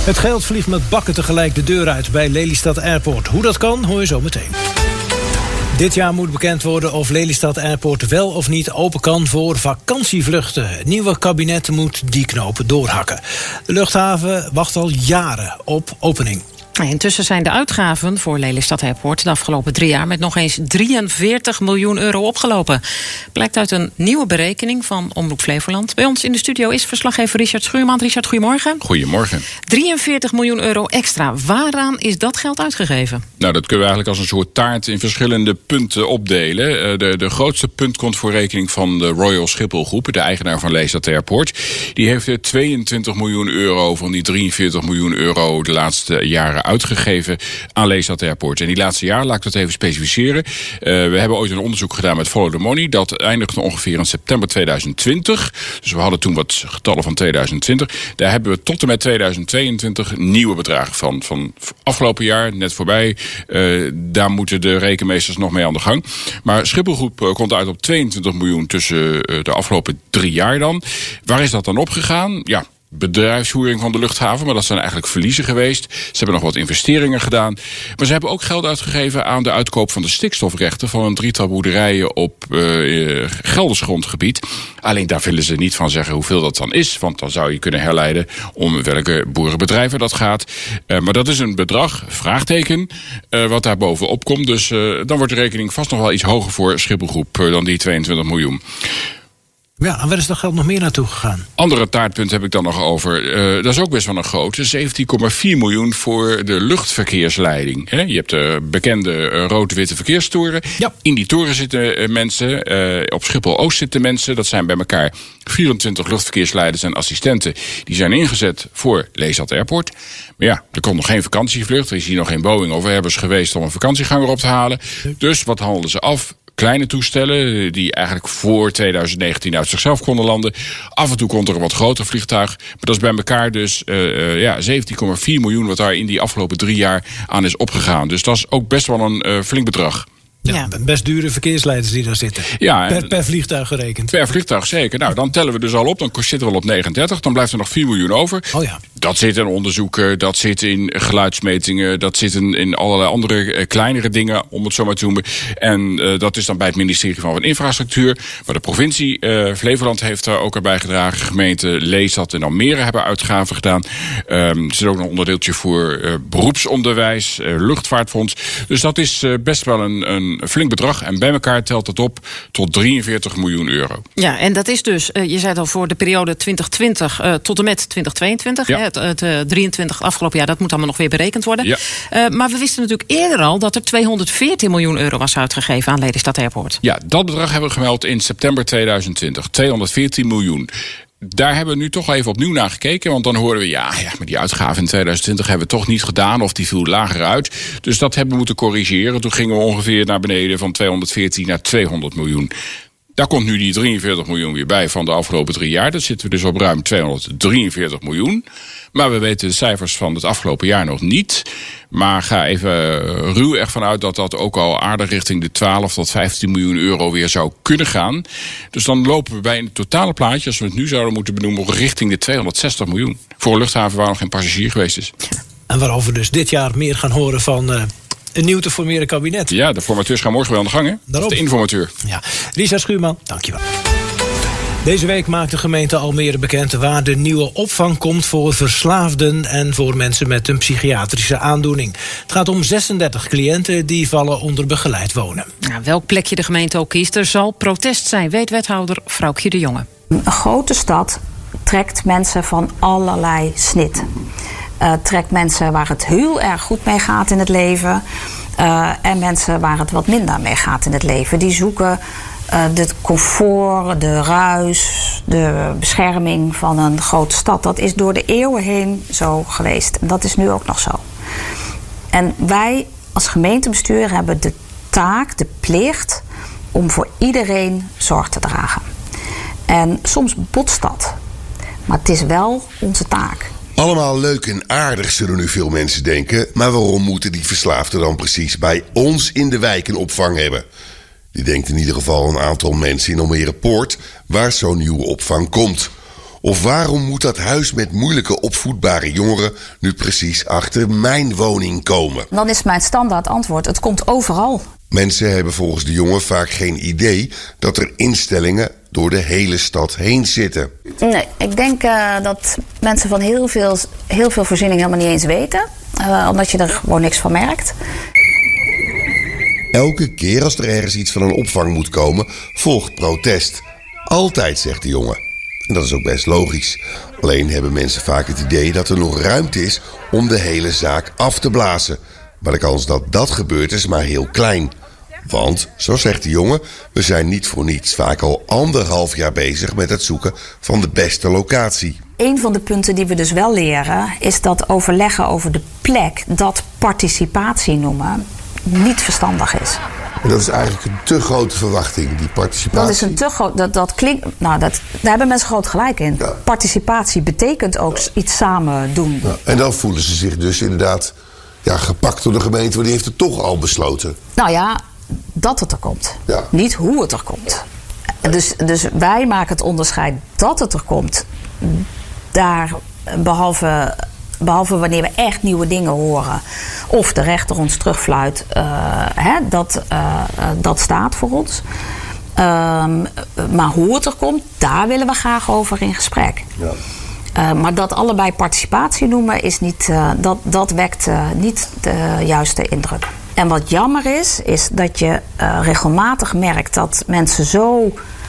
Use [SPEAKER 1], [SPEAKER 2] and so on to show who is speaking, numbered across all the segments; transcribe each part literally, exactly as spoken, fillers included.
[SPEAKER 1] Het geld vliegt met bakken tegelijk de deur uit bij Lelystad Airport. Hoe dat kan, hoor je zo meteen. Dit jaar moet bekend worden of Lelystad Airport wel of niet open kan voor vakantievluchten. Het nieuwe kabinet moet die knoop doorhakken. De luchthaven wacht al jaren op opening.
[SPEAKER 2] Intussen zijn de uitgaven voor Lelystad Airport de afgelopen drie jaar met nog eens drieënveertig miljoen euro opgelopen. Blijkt uit een nieuwe berekening van Omroep Flevoland. Bij ons in de studio is verslaggever Richard Schuurman. Richard, goedemorgen.
[SPEAKER 3] Goedemorgen.
[SPEAKER 2] drieënveertig miljoen euro extra. Waaraan is dat geld uitgegeven?
[SPEAKER 3] Nou, dat kunnen we eigenlijk als een soort taart in verschillende punten opdelen. De, de grootste punt komt voor rekening van de Royal Schiphol Groep, de eigenaar van Lelystad Airport. Die heeft er tweeëntwintig miljoen euro van die drieënveertig miljoen euro de laatste jaren uitgegeven aan Lelystad Airport. En die laatste jaar, laat ik dat even specificeren. Uh, we hebben ooit een onderzoek gedaan met Follow the Money. Dat eindigde ongeveer in september tweeduizend twintig. Dus we hadden toen wat getallen van tweeduizend twintig. Daar hebben we tot en met tweeduizend tweeëntwintig nieuwe bedragen van. Van afgelopen jaar, net voorbij. Uh, daar moeten de rekenmeesters nog mee aan de gang. Maar Schiphol Groep uh, komt uit op tweeëntwintig miljoen tussen uh, de afgelopen drie jaar dan. Waar is dat dan opgegaan? Ja, bedrijfsvoering van de luchthaven, maar dat zijn eigenlijk verliezen geweest. Ze hebben nog wat investeringen gedaan. Maar ze hebben ook geld uitgegeven aan de uitkoop van de stikstofrechten van een drietal boerderijen op uh, Gelders grondgebied. Alleen daar willen ze niet van zeggen hoeveel dat dan is, want dan zou je kunnen herleiden om welke boerenbedrijven dat gaat. Uh, maar dat is een bedrag, vraagteken, uh, wat daar bovenop komt. Dus uh, dan wordt de rekening vast nog wel iets hoger voor Schiphol Groep uh, dan die tweeëntwintig miljoen.
[SPEAKER 1] Ja, en waar is dat geld nog meer naartoe gegaan?
[SPEAKER 3] Andere taartpunt heb ik dan nog over. Uh, dat is ook best wel een grote. zeventien komma vier miljoen voor de luchtverkeersleiding. He, je hebt de bekende uh, rood-witte verkeerstoren. Ja. In die toren zitten uh, mensen. Uh, op Schiphol-Oost zitten mensen. Dat zijn bij elkaar vierentwintig luchtverkeersleiders en assistenten. Die zijn ingezet voor Lelystad Airport. Maar ja, er komt nog geen vakantievlucht. Er is hier nog geen Boeing of Airbus geweest om een vakantieganger op te halen. Dus wat handelen ze af? Kleine toestellen die eigenlijk voor tweeduizend negentien uit zichzelf konden landen. Af en toe komt er een wat groter vliegtuig. Maar dat is bij elkaar dus uh, uh, ja, zeventien komma vier miljoen wat daar in die afgelopen drie jaar aan is opgegaan. Dus dat is ook best wel een uh, flink bedrag.
[SPEAKER 1] Ja, ja, best dure verkeersleiders die daar zitten.
[SPEAKER 3] Ja,
[SPEAKER 1] per, per vliegtuig gerekend.
[SPEAKER 3] Per vliegtuig, zeker. Nou, dan tellen we dus al op. Dan zitten we al op negenendertig. Dan blijft er nog vier miljoen over.
[SPEAKER 1] Oh ja.
[SPEAKER 3] Dat zit in onderzoeken, dat zit in geluidsmetingen, dat zit in, in allerlei andere uh, kleinere dingen, om het zo maar te noemen. En uh, dat is dan bij het ministerie van Infrastructuur. Maar de provincie uh, Flevoland heeft daar ook aan bijgedragen. Gemeente Lelystad en Almere hebben uitgaven gedaan. Um, er zit ook nog een onderdeeltje voor uh, beroepsonderwijs, uh, luchtvaartfonds. Dus dat is uh, best wel een, een flink bedrag. En bij elkaar telt het op tot drieënveertig miljoen euro.
[SPEAKER 2] Ja, en dat is dus, uh, je zei het al, voor de periode twintig twintig uh, tot en met twintig tweeëntwintig. Ja. Hè, het, het uh, drieëntwintig afgelopen jaar, dat moet allemaal nog weer berekend worden. Ja. Uh, maar we wisten natuurlijk eerder al dat er tweehonderdveertien miljoen euro was uitgegeven aan Lelystad Airport.
[SPEAKER 3] Ja, dat bedrag hebben we gemeld in september tweeduizend twintig. tweehonderdveertien miljoen. Daar hebben we nu toch even opnieuw naar gekeken. Want dan hoorden we, ja, ja maar die uitgaven in tweeduizend twintig hebben we toch niet gedaan. Of die viel lager uit. Dus dat hebben we moeten corrigeren. Toen gingen we ongeveer naar beneden van tweehonderdveertien naar tweehonderd miljoen. Daar komt nu die drieënveertig miljoen weer bij van de afgelopen drie jaar. Dat zitten we dus op ruim tweehonderddrieënveertig miljoen. Maar we weten de cijfers van het afgelopen jaar nog niet. Maar ga even ruw echt vanuit dat dat ook al aardig richting de twaalf tot vijftien miljoen euro weer zou kunnen gaan. Dus dan lopen we bij in het totale plaatje, als we het nu zouden moeten benoemen, richting de tweehonderdzestig miljoen. Voor een luchthaven waar nog geen passagier geweest is.
[SPEAKER 1] En waarover we dus dit jaar meer gaan horen van Uh... een nieuw te formeren kabinet.
[SPEAKER 3] Ja, de formateurs gaan morgen weer aan de gang, hè? Dat is de informateur.
[SPEAKER 1] Ja. Richard Schuurman, dankjewel. Deze week maakt de gemeente Almere bekend waar de nieuwe opvang komt voor verslaafden en voor mensen met een psychiatrische aandoening. Het gaat om zesendertig cliënten die vallen onder begeleid wonen.
[SPEAKER 2] Nou, welk plekje de gemeente ook kiest, er zal protest zijn, weet wethouder Vrouwtje de Jonge.
[SPEAKER 4] Een grote stad trekt mensen van allerlei snit. Uh, trekt mensen waar het heel erg goed mee gaat in het leven. Uh, en mensen waar het wat minder mee gaat in het leven. Die zoeken uh, het comfort, de ruis, de bescherming van een grote stad. Dat is door de eeuwen heen zo geweest. En dat is nu ook nog zo. En wij als gemeentebestuur hebben de taak, de plicht om voor iedereen zorg te dragen. En soms botst dat. Maar het is wel onze taak.
[SPEAKER 5] Allemaal leuk en aardig, zullen nu veel mensen denken. Maar waarom moeten die verslaafden dan precies bij ons in de wijk een opvang hebben? Die denkt in ieder geval een aantal mensen in Almere Poort waar zo'n nieuwe opvang komt. Of waarom moet dat huis met moeilijke opvoedbare jongeren nu precies achter mijn woning komen?
[SPEAKER 4] Dan is mijn standaard antwoord: het komt overal.
[SPEAKER 5] Mensen hebben volgens de jongen vaak geen idee dat er instellingen door de hele stad heen zitten.
[SPEAKER 4] Nee, ik denk uh, dat mensen van heel veel, heel veel voorzieningen helemaal niet eens weten. Uh, omdat je er gewoon niks van merkt.
[SPEAKER 5] Elke keer als er ergens iets van een opvang moet komen, volgt protest. Altijd, zegt de jongen. En dat is ook best logisch. Alleen hebben mensen vaak het idee dat er nog ruimte is om de hele zaak af te blazen. Maar de kans dat dat gebeurt is maar heel klein. Want, zo zegt de jongen, we zijn niet voor niets vaak al anderhalf jaar bezig met het zoeken van de beste locatie.
[SPEAKER 4] Een van de punten die we dus wel leren is dat overleggen over de plek, dat participatie noemen, niet verstandig is.
[SPEAKER 5] En dat is eigenlijk een te grote verwachting, die participatie.
[SPEAKER 4] Dat is een te groot. Dat, dat klinkt. Nou, dat, daar hebben mensen groot gelijk in. Ja. Participatie betekent ook ja. iets samen doen.
[SPEAKER 5] Ja. En dan voelen ze zich dus inderdaad ja, gepakt door de gemeente, want die heeft het toch al besloten.
[SPEAKER 4] Nou ja, dat het er komt. Ja. Niet hoe het er komt. Dus, dus wij maken het onderscheid dat het er komt. Daar, behalve. Behalve wanneer we echt nieuwe dingen horen. Of de rechter ons terugfluit. Uh, hè, dat, uh, dat staat voor ons. Um, maar hoe het er komt, daar willen we graag over in gesprek. Ja. Uh, maar dat allebei participatie noemen, is niet, uh, dat, dat wekt uh, niet de juiste indruk. En wat jammer is, is dat je uh, regelmatig merkt dat mensen zo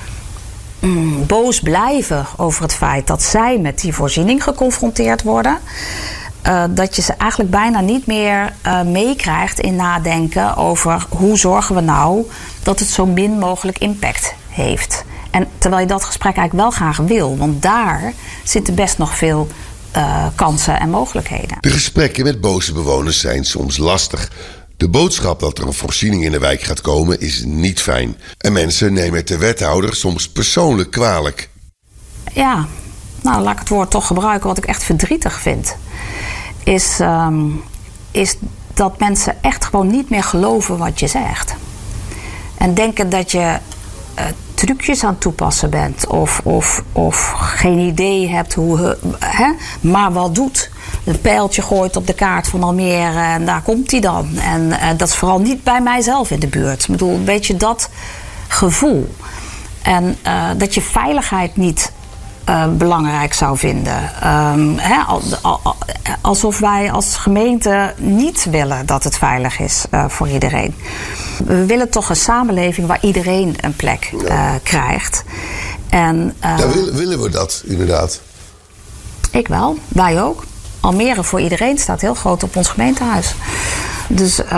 [SPEAKER 4] Mm, boos blijven over het feit dat zij met die voorziening geconfronteerd worden. Uh, dat je ze eigenlijk bijna niet meer uh, meekrijgt in nadenken over hoe zorgen we nou dat het zo min mogelijk impact heeft. En terwijl je dat gesprek eigenlijk wel graag wil, want daar zitten best nog veel uh, kansen en mogelijkheden.
[SPEAKER 5] De gesprekken met boze bewoners zijn soms lastig. De boodschap dat er een voorziening in de wijk gaat komen is niet fijn. En mensen nemen het de wethouder soms persoonlijk kwalijk.
[SPEAKER 4] Ja, nou laat ik het woord toch gebruiken. Wat ik echt verdrietig vind, is, um, is dat mensen echt gewoon niet meer geloven wat je zegt. En denken dat je uh, trucjes aan het toepassen bent. Of, of, of geen idee hebt hoe, hè, maar wat doet. Een pijltje gooit op de kaart van Almere en daar komt hij dan. En uh, dat is vooral niet bij mijzelf in de buurt. Ik bedoel, een beetje dat gevoel. En uh, dat je veiligheid niet uh, belangrijk zou vinden. Um, hè, alsof wij als gemeente niet willen dat het veilig is uh, voor iedereen. We willen toch een samenleving waar iedereen een plek uh, krijgt. En, uh,
[SPEAKER 5] ja, willen, willen we dat inderdaad?
[SPEAKER 4] Ik wel, wij ook. Almere voor iedereen staat heel groot op ons gemeentehuis. Dus uh,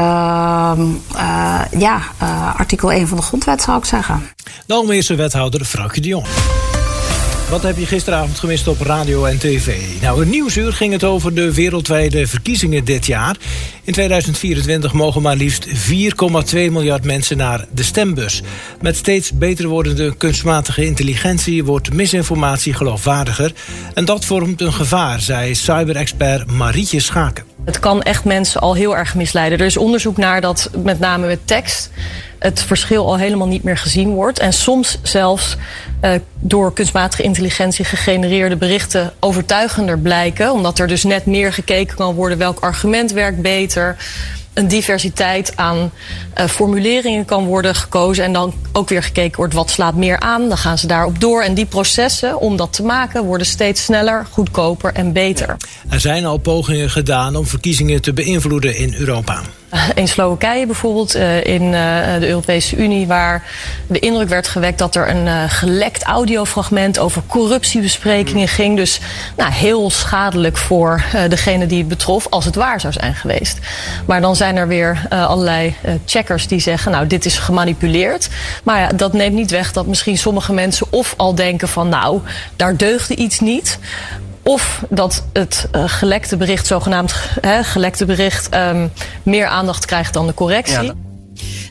[SPEAKER 4] uh, ja, uh, artikel één van de grondwet zou ik zeggen.
[SPEAKER 1] De Almeerse wethouder Vrouwtje de Jong. Wat heb je gisteravond gemist op radio en tv? Nou, in Nieuwsuur ging het over de wereldwijde verkiezingen dit jaar. In tweeduizend vierentwintig mogen maar liefst vier komma twee miljard mensen naar de stembus. Met steeds beter wordende kunstmatige intelligentie wordt misinformatie geloofwaardiger. En dat vormt een gevaar, zei cyberexpert Marietje Schaken.
[SPEAKER 6] Het kan echt mensen al heel erg misleiden. Er is onderzoek naar dat met name met tekst het verschil al helemaal niet meer gezien wordt. En soms zelfs uh, door kunstmatige intelligentie gegenereerde berichten overtuigender blijken. Omdat er dus net meer gekeken kan worden welk argument werkt beter. Een diversiteit aan uh, formuleringen kan worden gekozen. En dan ook weer gekeken wordt wat slaat meer aan. Dan gaan ze daarop door. En die processen om dat te maken worden steeds sneller, goedkoper en beter.
[SPEAKER 1] Er zijn al pogingen gedaan om verkiezingen te beïnvloeden in Europa.
[SPEAKER 6] In Slowakije bijvoorbeeld, in de Europese Unie, waar de indruk werd gewekt dat er een gelekt audiofragment over corruptiebesprekingen ging. Dus nou, heel schadelijk voor degene die het betrof als het waar zou zijn geweest. Maar dan zijn er weer allerlei checkers die zeggen, nou, dit is gemanipuleerd. Maar ja, dat neemt niet weg dat misschien sommige mensen of al denken van, nou, daar deugde iets niet. Of dat het uh, gelekte bericht, zogenaamd hè, gelekte bericht, um, meer aandacht krijgt dan de correctie. Ja.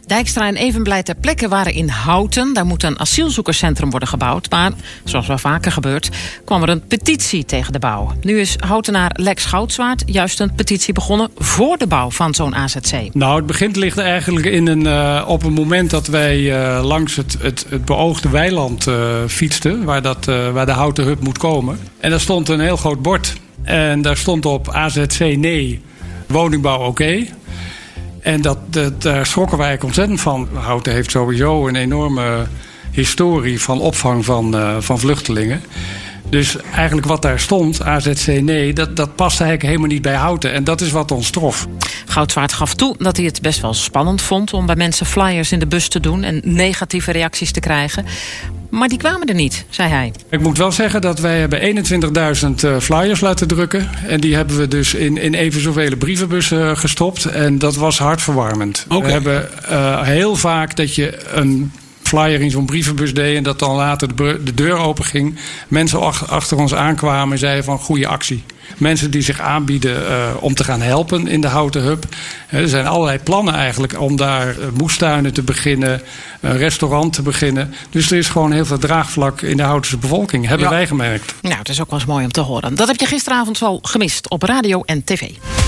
[SPEAKER 2] Dijkstra en Evenblij ter plekke waren in Houten. Daar moet een asielzoekerscentrum worden gebouwd. Maar, zoals wel vaker gebeurt, kwam er een petitie tegen de bouw. Nu is Houtenaar Lex Goudswaard juist een petitie begonnen voor de bouw van zo'n A Z C.
[SPEAKER 7] Nou, het begint ligt eigenlijk in een, uh, op een moment dat wij uh, langs het, het, het beoogde weiland uh, fietsten, waar, dat, uh, waar de Houten Hub moet komen. En daar stond een heel groot bord. En daar stond op A Z C nee, woningbouw oké. Okay. En dat, dat, daar schrokken wij ontzettend van. Houten heeft sowieso een enorme historie van opvang van, uh, van vluchtelingen. Dus eigenlijk wat daar stond, A Z C nee, dat, dat paste eigenlijk helemaal niet bij Houten. En dat is wat ons trof.
[SPEAKER 2] Goudswaard gaf toe dat hij het best wel spannend vond om bij mensen flyers in de bus te doen en negatieve reacties te krijgen. Maar die kwamen er niet, zei hij. Ik
[SPEAKER 7] moet wel zeggen dat wij hebben eenentwintigduizend uh, flyers laten drukken. En die hebben we dus in, in even zoveel brievenbussen gestopt. En dat was hartverwarmend. Okay. We hebben uh, heel vaak dat je een flyer in zo'n brievenbus deed en dat dan later de, de deur open ging. Mensen ach, achter ons aankwamen en zeiden van goede actie. Mensen die zich aanbieden uh, om te gaan helpen in de Houten Hub. Uh, er zijn allerlei plannen eigenlijk om daar uh, moestuinen te beginnen, een restaurant te beginnen. Dus er is gewoon heel veel draagvlak in de Houtense bevolking, hebben ja. wij gemerkt.
[SPEAKER 2] Nou, het is ook wel eens mooi om te horen. Dat heb je gisteravond wel gemist op radio en tv.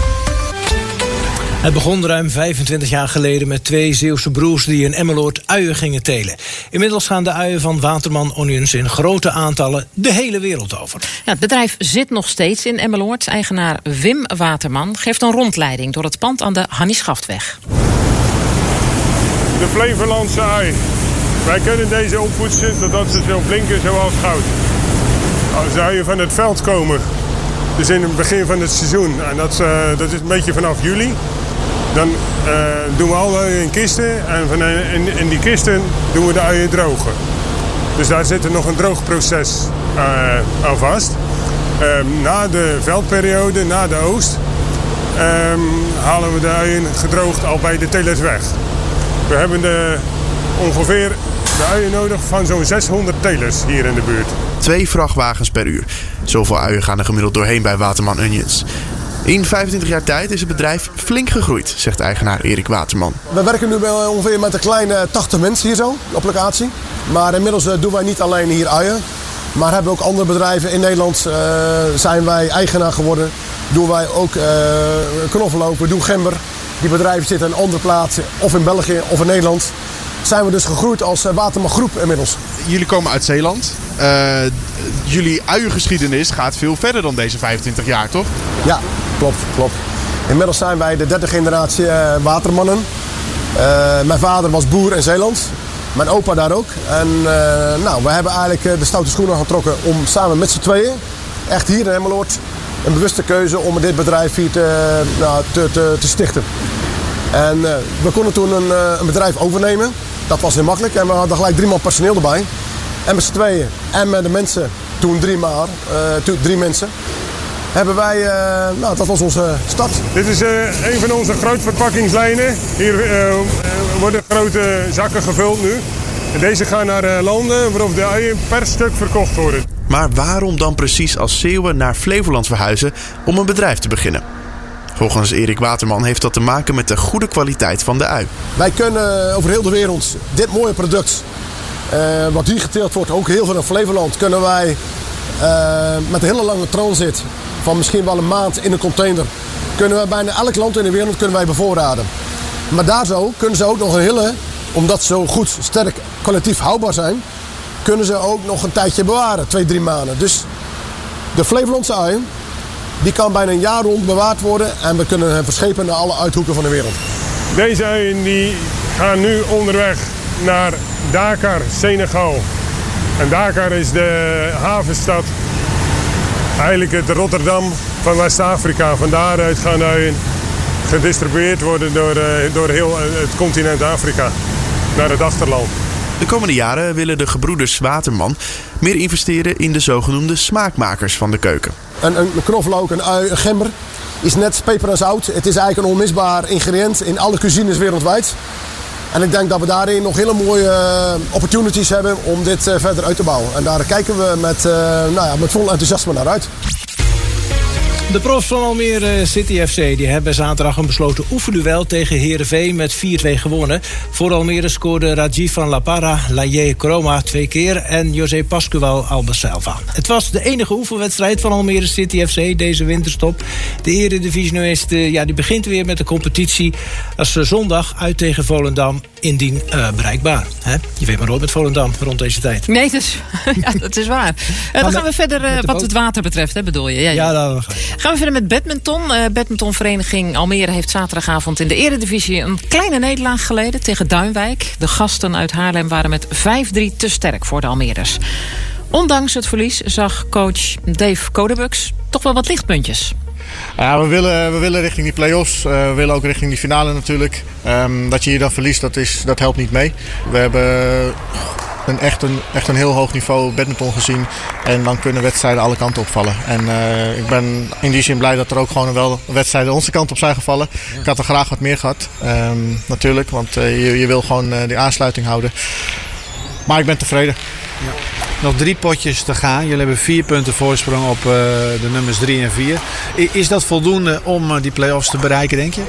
[SPEAKER 1] Het begon ruim vijfentwintig jaar geleden met twee Zeeuwse broers die in Emmeloord uien gingen telen. Inmiddels gaan de uien van Waterman Onions in grote aantallen de hele wereld over.
[SPEAKER 2] Ja, het bedrijf zit nog steeds in Emmeloord. Eigenaar Wim Waterman geeft een rondleiding door het pand aan de Hannie Schaftweg.
[SPEAKER 8] De Flevolandse ui. Wij kunnen deze oppoetsen totdat ze zo blinken zoals goud. Als de uien van het veld komen, dus in het begin van het seizoen, en dat, uh, dat is een beetje vanaf juli, dan uh, doen we alle uien in kisten en van, uh, in, in die kisten doen we de uien drogen. Dus daar zit er nog een droogproces uh, aan vast. Uh, na de veldperiode, na de oogst, uh, halen we de uien gedroogd al bij de telers weg. We hebben de, ongeveer de uien nodig van zo'n zeshonderd telers hier in de buurt.
[SPEAKER 9] Twee vrachtwagens per uur. Zoveel uien gaan er gemiddeld doorheen bij Waterman Onions. In vijfentwintig jaar tijd is het bedrijf flink gegroeid, zegt eigenaar Erik Waterman.
[SPEAKER 10] We werken nu ongeveer met een kleine tachtig mensen hier zo op locatie. Maar inmiddels doen wij niet alleen hier uien. Maar hebben ook andere bedrijven in Nederland. Uh, zijn wij eigenaar geworden. Doen wij ook uh, knoflook, we doen gember. Die bedrijven zitten in andere plaatsen, of in België of in Nederland. Zijn we dus gegroeid als Waterman Groep inmiddels.
[SPEAKER 9] Jullie komen uit Zeeland. Uh, jullie uiengeschiedenis gaat veel verder dan deze vijfentwintig jaar, toch?
[SPEAKER 10] Ja, klopt, klopt. Inmiddels zijn wij de derde generatie uh, watermannen. Uh, mijn vader was boer in Zeeland. Mijn opa daar ook. En uh, nou, we hebben eigenlijk de stoute schoenen getrokken om samen met z'n tweeën, echt hier in Emmeloord, een bewuste keuze om dit bedrijf hier te, nou, te, te, te stichten. En uh, we konden toen een, uh, een bedrijf overnemen. Dat was heel makkelijk en we hadden gelijk drie man personeel erbij. En met z'n tweeën en met de mensen, toen drie, maar, uh, toen drie mensen, hebben wij, uh, nou dat was onze start.
[SPEAKER 8] Dit is uh, een van onze grootverpakkingslijnen. Hier uh, worden grote zakken gevuld nu. En deze gaan naar uh, landen waarop de uien per stuk verkocht worden.
[SPEAKER 9] Maar waarom dan precies als Zeeuwen naar Flevoland verhuizen om een bedrijf te beginnen? Volgens Erik Waterman heeft dat te maken met de goede kwaliteit van de ui.
[SPEAKER 10] Wij kunnen over heel de wereld dit mooie product, uh, wat hier geteeld wordt, ook heel veel in Flevoland, kunnen wij uh, met een hele lange transit van misschien wel een maand in een container, kunnen we bijna elk land in de wereld kunnen wij bevoorraden. Maar daar zo kunnen ze ook nog een hele, omdat ze zo goed, sterk, kwalitatief houdbaar zijn, kunnen ze ook nog een tijdje bewaren, twee, drie maanden. Dus de Flevolandse ui, die kan bijna een jaar rond bewaard worden en we kunnen hem verschepen naar alle uithoeken van de wereld.
[SPEAKER 8] Deze uien die gaan nu onderweg naar Dakar, Senegal. En Dakar is de havenstad, eigenlijk het Rotterdam van West-Afrika. Van daaruit gaan uien gedistribueerd worden door, door heel het continent Afrika naar het achterland.
[SPEAKER 9] De komende jaren willen de gebroeders Waterman meer investeren in de zogenoemde smaakmakers van de keuken.
[SPEAKER 10] Een, een knoflook, een ui, een gember is net peper en zout. Het is eigenlijk een onmisbaar ingrediënt in alle cuisines wereldwijd. En ik denk dat we daarin nog hele mooie opportunities hebben om dit verder uit te bouwen. En daar kijken we met, uh, nou ja, met vol enthousiasme naar uit.
[SPEAKER 1] De profs van Almere City F C die hebben zaterdag een besloten oefenduel tegen Heerenveen met vier twee gewonnen. Voor Almere scoorden Rajiv van La Parra, Laye Kroma twee keer en José Pascual Albacelva. Het was de enige oefenwedstrijd van Almere City F C deze winterstop. De eredivisionist ja, die begint weer met de competitie als zondag uit tegen Volendam indien uh, bereikbaar. He? Je weet maar nooit met Volendam rond deze tijd.
[SPEAKER 2] Nee, dat is, ja, dat is waar. Uh, dan gaan we verder uh, wat het water betreft, hè, bedoel je? Ja, ja.
[SPEAKER 1] ja dat
[SPEAKER 2] gaan we verder met badminton. Uh, badmintonvereniging Almere heeft zaterdagavond in de eredivisie een kleine nederlaag geleden tegen Duinwijk. De gasten uit Haarlem waren met vijf drie te sterk voor de Almeerders. Ondanks het verlies zag coach Dave Codebux toch wel wat lichtpuntjes.
[SPEAKER 11] Ja, we willen, we willen richting die play-offs. Uh, we willen ook richting die finale natuurlijk. Um, dat je hier dan verliest, dat, is, dat helpt niet mee. We hebben een echt, een echt een heel hoog niveau badminton gezien. En dan kunnen wedstrijden alle kanten opvallen. En uh, ik ben in die zin blij dat er ook gewoon wel wedstrijden onze kant op zijn gevallen. Ik had er graag wat meer gehad. Um, natuurlijk, want uh, je, je wil gewoon uh, die aansluiting houden. Maar ik ben tevreden.
[SPEAKER 12] Ja. Nog drie potjes te gaan. Jullie hebben vier punten voorsprong op uh, de nummers drie en vier. Is dat voldoende om uh, die play-offs te bereiken, denk je?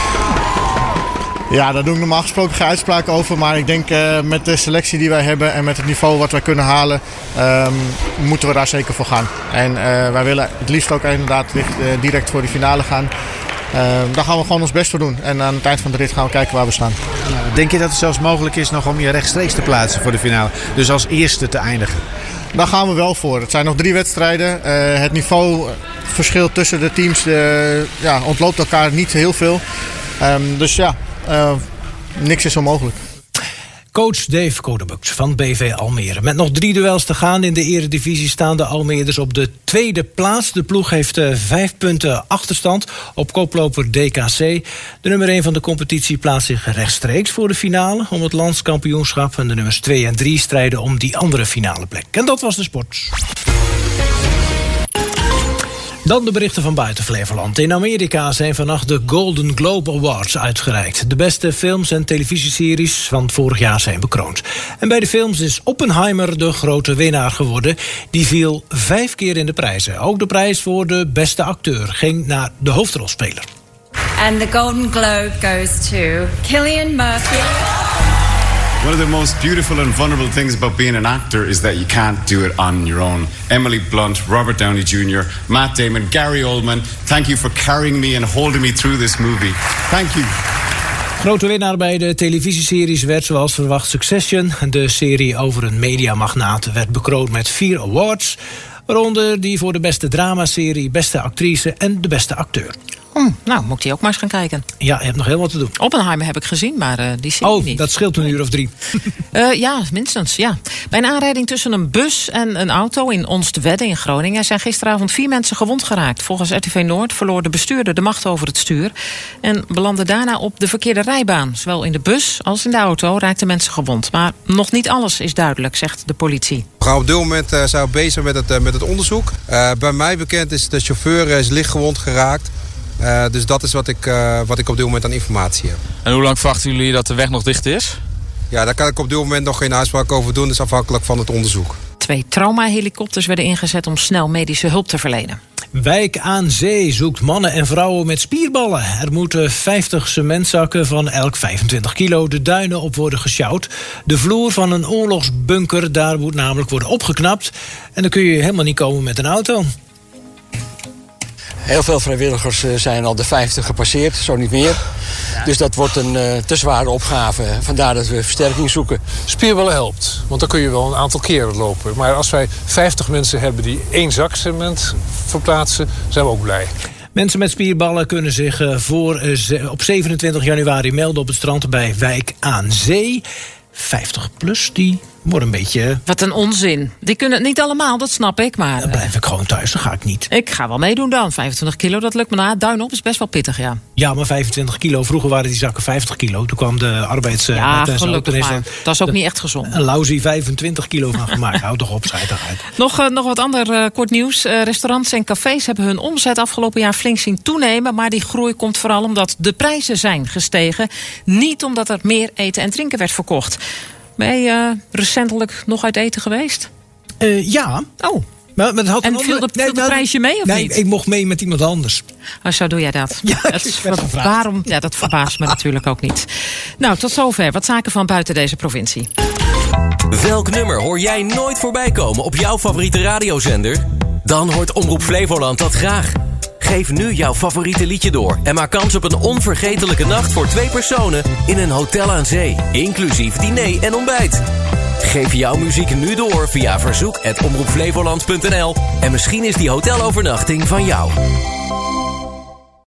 [SPEAKER 11] Ja, daar doe ik normaal gesproken geen uitspraken over. Maar ik denk uh, met de selectie die wij hebben en met het niveau wat wij kunnen halen, um, moeten we daar zeker voor gaan. En uh, wij willen het liefst ook inderdaad uh, direct voor die finale gaan. Uh, daar gaan we gewoon ons best voor doen. En aan het eind van de rit gaan we kijken waar we staan.
[SPEAKER 12] Denk je dat het zelfs mogelijk is nog om je rechtstreeks te plaatsen voor de finale? Dus als eerste te eindigen?
[SPEAKER 11] Daar gaan we wel voor. Het zijn nog drie wedstrijden. Uh, het niveauverschil tussen de teams uh, ja, ontloopt elkaar niet heel veel. Um, dus ja, uh, niks is onmogelijk.
[SPEAKER 1] Coach Dave Codebux van B V Almere. Met nog drie duels te gaan in de eredivisie staan de Almeerders op de tweede plaats. De ploeg heeft uh, vijf punten achterstand op koploper D K C. De nummer één van de competitie plaatst zich rechtstreeks voor de finale om het landskampioenschap. En de nummers twee en drie strijden om die andere finale plek. En dat was de sport. Dan de berichten van buiten Flevoland. In Amerika zijn vannacht de Golden Globe Awards uitgereikt. De beste films en televisieseries van vorig jaar zijn bekroond. En bij de films is Oppenheimer de grote winnaar geworden. Die viel vijf keer in de prijzen. Ook de prijs voor de beste acteur ging naar de hoofdrolspeler.
[SPEAKER 13] And the Golden Globe goes to Cillian Murphy.
[SPEAKER 14] One of the most beautiful and vulnerable things about being an actor is that you can't do it on your own. Emily Blunt, Robert Downey Junior, Matt Damon, Gary Oldman, thank you for carrying me and holding me through this movie. Thank you.
[SPEAKER 1] Grote winnaar bij de televisieseries werd zoals verwacht Succession. De serie over een mediamagnaat werd bekroond met vier awards. Waaronder die voor de beste dramaserie, beste actrice en de beste acteur.
[SPEAKER 2] Hm, nou, moet ik die ook maar eens gaan kijken.
[SPEAKER 1] Ja, je hebt nog heel wat te doen.
[SPEAKER 2] Oppenheimer heb ik gezien, maar uh, die zie ik
[SPEAKER 1] oh,
[SPEAKER 2] niet.
[SPEAKER 1] Oh, dat scheelt een uur of drie.
[SPEAKER 2] uh, ja, minstens, ja. Bij een aanrijding tussen een bus en een auto in Onstwedde in Groningen zijn gisteravond vier mensen gewond geraakt. Volgens R T V Noord verloor de bestuurder de macht over het stuur en belandde daarna op de verkeerde rijbaan. Zowel in de bus als in de auto raakten mensen gewond. Maar nog niet alles is duidelijk, zegt de politie.
[SPEAKER 15] We gaan op dit moment uh, zijn we bezig met het, uh, met het onderzoek. Uh, bij mij bekend is de chauffeur uh, is lichtgewond geraakt. Uh, dus dat is wat ik, uh, wat ik op dit moment aan informatie heb.
[SPEAKER 16] En hoe lang verwachten jullie dat de weg nog dicht is?
[SPEAKER 15] Ja, daar kan ik op dit moment nog geen uitspraak over doen. Dat is afhankelijk van het onderzoek.
[SPEAKER 2] Twee traumahelikopters werden ingezet om snel medische hulp te verlenen.
[SPEAKER 1] Wijk aan Zee zoekt mannen en vrouwen met spierballen. Er moeten vijftig cementzakken van elk vijfentwintig kilo de duinen op worden gesjouwd. De vloer van een oorlogsbunker, daar moet namelijk worden opgeknapt. En dan kun je helemaal niet komen met een auto.
[SPEAKER 17] Heel veel vrijwilligers zijn al de vijftig gepasseerd, zo niet meer. Dus dat wordt een uh, te zware opgave. Vandaar dat we versterking zoeken.
[SPEAKER 18] Spierballen helpt, want dan kun je wel een aantal keren lopen. Maar als wij vijftig mensen hebben die één zak cement verplaatsen, zijn we ook blij.
[SPEAKER 1] Mensen met spierballen kunnen zich voor, uh, op zevenentwintig januari melden op het strand bij Wijk aan Zee. vijftig plus, die wordt een beetje...
[SPEAKER 2] Wat een onzin. Die kunnen het niet allemaal, dat snap ik, maar...
[SPEAKER 1] Dan blijf ik gewoon thuis, dan ga ik niet.
[SPEAKER 2] Ik ga wel meedoen dan. vijfentwintig kilo, dat lukt me na. Duin op is best wel pittig, ja.
[SPEAKER 1] Ja, maar vijfentwintig kilo. Vroeger waren die zakken vijftig kilo. Toen kwam de arbeids...
[SPEAKER 2] Ja, gelukkig maar. Dat is ook niet echt gezond.
[SPEAKER 1] Een lousy vijfentwintig kilo van gemaakt. Houd toch op, schijtig uit.
[SPEAKER 2] Nog, uh, nog wat ander uh, kort nieuws. Uh, restaurants en cafés hebben hun omzet afgelopen jaar flink zien toenemen. Maar die groei komt vooral omdat de prijzen zijn gestegen. Niet omdat er meer eten en drinken werd verkocht. Ben je uh, recentelijk nog uit eten geweest?
[SPEAKER 1] Uh, ja.
[SPEAKER 2] Oh.
[SPEAKER 1] Maar, maar had
[SPEAKER 2] en
[SPEAKER 1] een
[SPEAKER 2] viel de,
[SPEAKER 1] nee,
[SPEAKER 2] viel de
[SPEAKER 1] nou,
[SPEAKER 2] prijsje mee of
[SPEAKER 1] nee,
[SPEAKER 2] niet?
[SPEAKER 1] ik mocht mee met iemand anders.
[SPEAKER 2] Oh, zo doe jij dat.
[SPEAKER 1] Ja,
[SPEAKER 2] dat
[SPEAKER 1] ik werd gevraagd.
[SPEAKER 2] Waarom? Ja, dat verbaast me natuurlijk ook niet. Nou, tot zover. Wat zaken van buiten deze provincie.
[SPEAKER 19] Welk nummer hoor jij nooit voorbij komen op jouw favoriete radiozender? Dan hoort Omroep Flevoland dat graag. Geef nu jouw favoriete liedje door en maak kans op een onvergetelijke nacht voor twee personen in een hotel aan zee, inclusief diner en ontbijt. Geef jouw muziek nu door via verzoek at omroep flevoland punt n l en misschien is die hotelovernachting van jou.